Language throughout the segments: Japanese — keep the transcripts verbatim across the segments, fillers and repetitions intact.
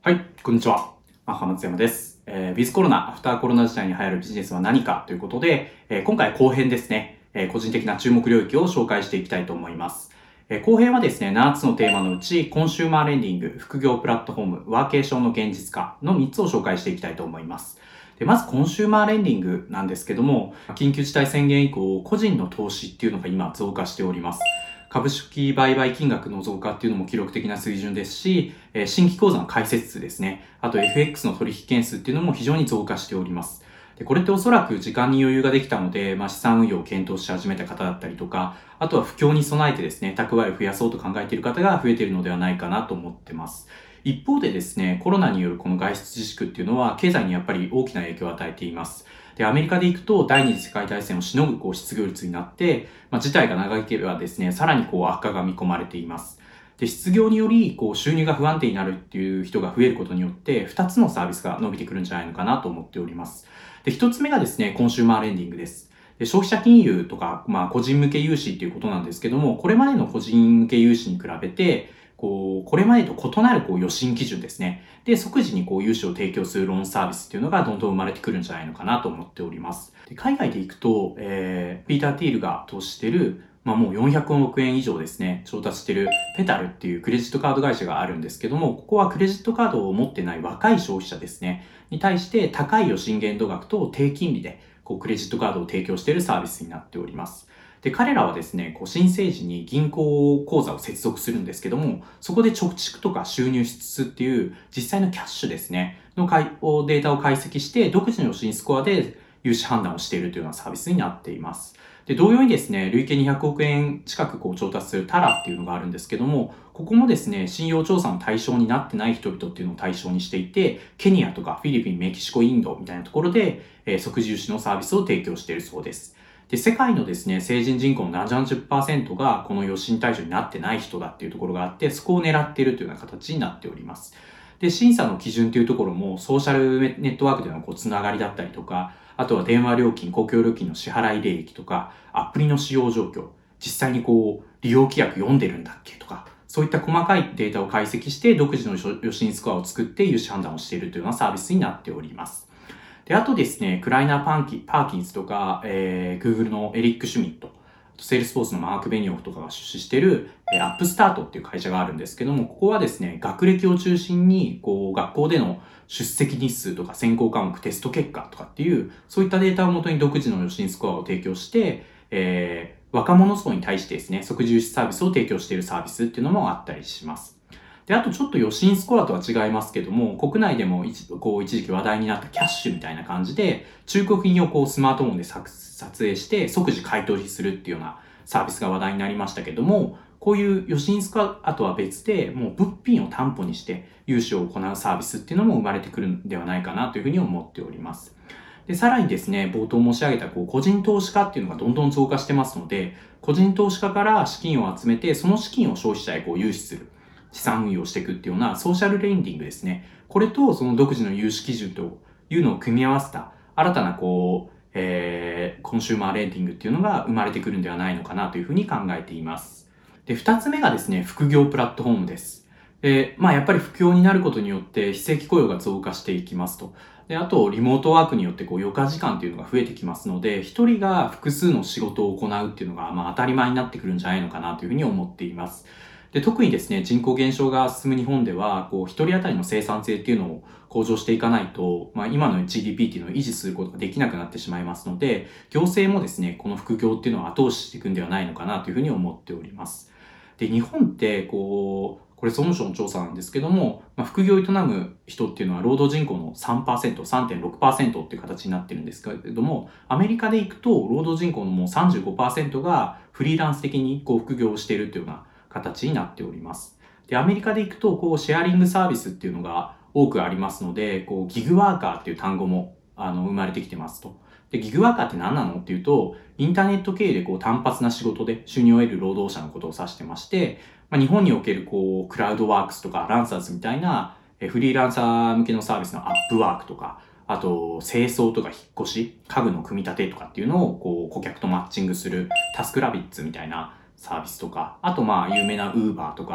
はい、こんにちは。マッハ松山です。えー、ウィズコロナ、アフターコロナ時代に流行るビジネスは何かということで、えー、今回後編ですね、えー、個人的な注目領域を紹介していきたいと思います。えー、後編はですね、ななつのテーマのうち、コンシューマーレンディング、副業プラットフォーム、ワーケーションの現実化のみっつを紹介していきたいと思います。でまず、コンシューマーレンディングなんですけども、緊急事態宣言以降、個人の投資っていうのが今増加しております。株式売買金額の増加っていうのも記録的な水準ですし、新規口座の開設数ですね。あと エフエックス の取引件数っていうのも非常に増加しております。でこれっておそらく時間に余裕ができたので、まあ、資産運用を検討し始めた方だったりとか、あとは不況に備えてですね、蓄えを増やそうと考えている方が増えているのではないかなと思ってます。一方でですね、コロナによるこの外出自粛っていうのは経済にやっぱり大きな影響を与えています。で、アメリカで行くと第二次世界大戦をしのぐこう失業率になって、まあ、事態が長引けばですね、さらにこう悪化が見込まれています。で、失業によりこう収入が不安定になるっていう人が増えることによって、ふたつのサービスが伸びてくるんじゃないのかなと思っております。で、ひとつめがですね、コンシューマーレンディングです。で消費者金融とか、まあ、個人向け融資っていうことなんですけども、これまでの個人向け融資に比べて、こう、これまでと異なるこう予診基準ですね。で、即時にこう融資を提供するローンサービスっていうのがどんどん生まれてくるんじゃないのかなと思っております。で海外で行くと、えー、ピーター・ティールが投資している、まあもうよんひゃくおくえん以上ですね、調達しているペタルっていうクレジットカード会社があるんですけども、ここはクレジットカードを持ってない若い消費者ですね、に対して高い予診限度額と低金利でこうクレジットカードを提供しているサービスになっております。で、彼らはですね、こう申請時に銀行口座を接続するんですけども、そこで貯蓄とか収入支出っていう実際のキャッシュですね、のデータを解析して、独自の予診スコアで融資判断をしているというようなサービスになっています。で、同様にですね、累計にひゃくおくえん近くこう調達するタラっていうのがあるんですけども、ここもですね、信用調査の対象になってない人々っていうのを対象にしていて、ケニアとかフィリピン、メキシコ、インドみたいなところで、えー、即時融資のサービスを提供しているそうです。で、世界のですね、成人人口のななじゅっパーセントがこの予診対象になってない人だっていうところがあって、そこを狙っているというような形になっております。で、審査の基準というところも、ソーシャルネットワークでのこうつながりだったりとか、あとは電話料金、公共料金の支払い履歴とか、アプリの使用状況、実際にこう、利用規約読んでるんだっけとか、そういった細かいデータを解析して、独自の予診スコアを作って融資判断をしているというようなサービスになっております。で、あとですね、クライナー・パンキパーキンスとか、えー、Google のエリック・シュミット、セールスフォースのマーク・ベニオフとかが出資している、えー、アップスタートっていう会社があるんですけども、ここはですね、学歴を中心に、こう、学校での出席日数とか選考科目、テスト結果とかっていう、そういったデータをもとに独自の予診スコアを提供して、えー、若者層に対してですね、即時融資サービスを提供しているサービスっていうのもあったりします。で、あとちょっと予診スコアとは違いますけども、国内でも一こう一時期話題になったキャッシュみたいな感じで、中古品をこうスマートフォンで撮影して即時買い取りするっていうようなサービスが話題になりましたけども、こういう予診スコアとは別で、もう物品を担保にして融資を行うサービスっていうのも生まれてくるんではないかなというふうに思っております。で、さらにですね、冒頭申し上げたこう個人投資家っていうのがどんどん増加してますので、個人投資家から資金を集めて、その資金を消費者へこう融資する。資産運用していくっていうようなソーシャルレンディングですね。これとその独自の融資基準というのを組み合わせた新たなこう、えー、コンシューマーレンディングっていうのが生まれてくるんではないのかなというふうに考えています。で、二つ目がですね、副業プラットフォームです。で、まあやっぱり不況になることによって非正規雇用が増加していきますと。で、あとリモートワークによってこう余暇時間っていうのが増えてきますので、一人が複数の仕事を行うっていうのがまあ当たり前になってくるんじゃないのかなというふうに思っています。で、特にですね、人口減少が進む日本では、こう、一人当たりの生産性っていうのを向上していかないと、まあ、今の ジーディーピー っていうのを維持することができなくなってしまいますので、行政もですね、この副業っていうのを後押ししていくんではないのかなというふうに思っております。で、日本って、こう、これ総務省の調査なんですけども、まあ、副業を営む人っていうのは労働人口のさんパーセント、さんてんろくパーセントっていう形になってるんですけれども、アメリカで行くと労働人口のもう さんじゅうごパーセント がフリーランス的にこう副業をしているというような形になっております。で、アメリカで行くと、こう、シェアリングサービスっていうのが多くありますので、こう、ギグワーカーっていう単語も、あの、生まれてきてますと。で、ギグワーカーって何なのっていうと、インターネット経由でこう、単発な仕事で収入を得る労働者のことを指してまして、まあ、日本におけるこう、クラウドワークスとかランサーズみたいな、えフリーランサー向けのサービスのアップワークとか、あと、清掃とか引っ越し、家具の組み立てとかっていうのを、こう、顧客とマッチングするタスクラビッツみたいなサービスとか、あとまあ有名な Uber とか、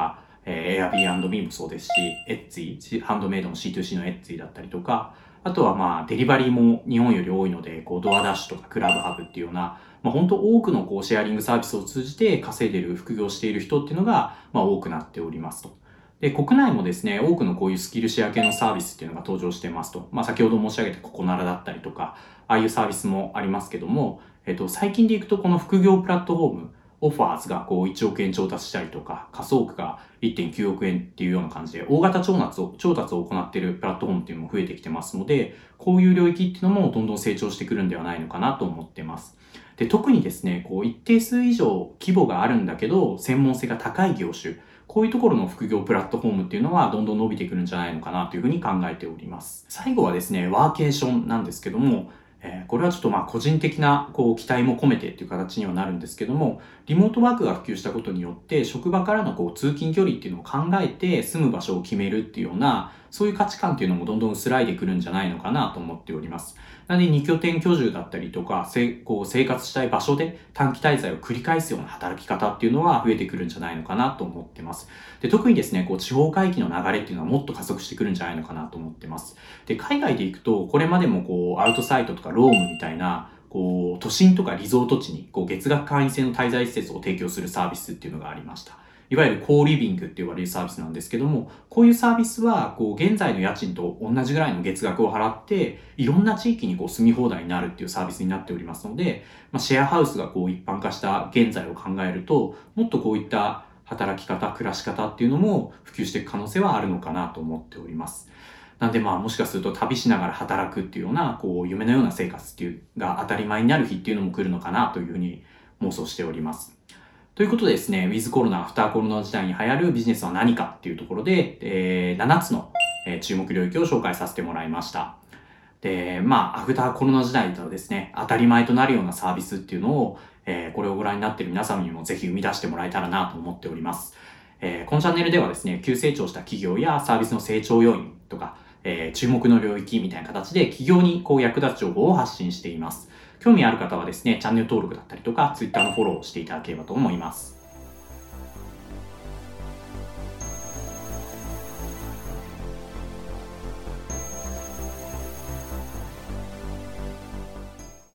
えー、Airbnb もそうですし、Etsy、ハンドメイドの シーツーシー の Etsy だったりとか、あとはまあ、デリバリーも日本より多いので、こう、ドアダッシュとかクラブハブっていうような、まあ、本当多くのこう、シェアリングサービスを通じて稼いでる、副業している人っていうのが、まあ、多くなっておりますと。で、国内もですね、多くのこういうスキルシェア系のサービスっていうのが登場していますと。まあ、先ほど申し上げたココナラだったりとか、ああいうサービスもありますけども、えっと、最近でいくとこの副業プラットフォーム、オファーズがこういちおくえん調達したりとか、仮想区が いってんきゅうおくえんっていうような感じで、大型調達を、調達を行っているプラットフォームっていうのも増えてきてますので、こういう領域っていうのもどんどん成長してくるんではないのかなと思っています。で、特にですね、こう一定数以上規模があるんだけど、専門性が高い業種、こういうところの副業プラットフォームっていうのはどんどん伸びてくるんじゃないのかなというふうに考えております。最後はですね、ワーケーションなんですけども、えー、これはちょっとまあ個人的なこう期待も込めてっていう形にはなるんですけども、リモートワークが普及したことによって職場からのこう通勤距離っていうのを考えて住む場所を決めるっていうような、そういう価値観っていうのもどんどん薄らいでくるんじゃないのかなと思っております。なので二拠点居住だったりとか、せこう生活したい場所で短期滞在を繰り返すような働き方っていうのは増えてくるんじゃないのかなと思ってます。で、特にですね、こう地方回帰の流れっていうのはもっと加速してくるんじゃないのかなと思ってます。で、海外で行くと、これまでもこうアウトサイトとかロームみたいな、こう都心とかリゾート地にこう月額会員制の滞在施設を提供するサービスっていうのがありました。いわゆるコーリビングって言われるサービスなんですけども、こういうサービスは、こう、現在の家賃と同じぐらいの月額を払って、いろんな地域にこう住み放題になるっていうサービスになっておりますので、まあ、シェアハウスがこう一般化した現在を考えると、もっとこういった働き方、暮らし方っていうのも普及していく可能性はあるのかなと思っております。なんでまあもしかすると旅しながら働くっていうような、こう夢のような生活っていうが当たり前になる日っていうのも来るのかなというふうに妄想しております。ということでですね、ウィズコロナ、アフターコロナ時代に流行るビジネスは何かっていうところで、えー、ななつの、えー、注目領域を紹介させてもらいました。で、まあ、アフターコロナ時代だとですね、当たり前となるようなサービスっていうのを、えー、これをご覧になっている皆様にもぜひ生み出してもらえたらなと思っております。えー、このチャンネルではですね、急成長した企業やサービスの成長要因とか、えー、注目の領域みたいな形で企業にこう役立つ情報を発信しています。興味ある方はですね、チャンネル登録だったりとか、Twitter のフォローをしていただければと思います。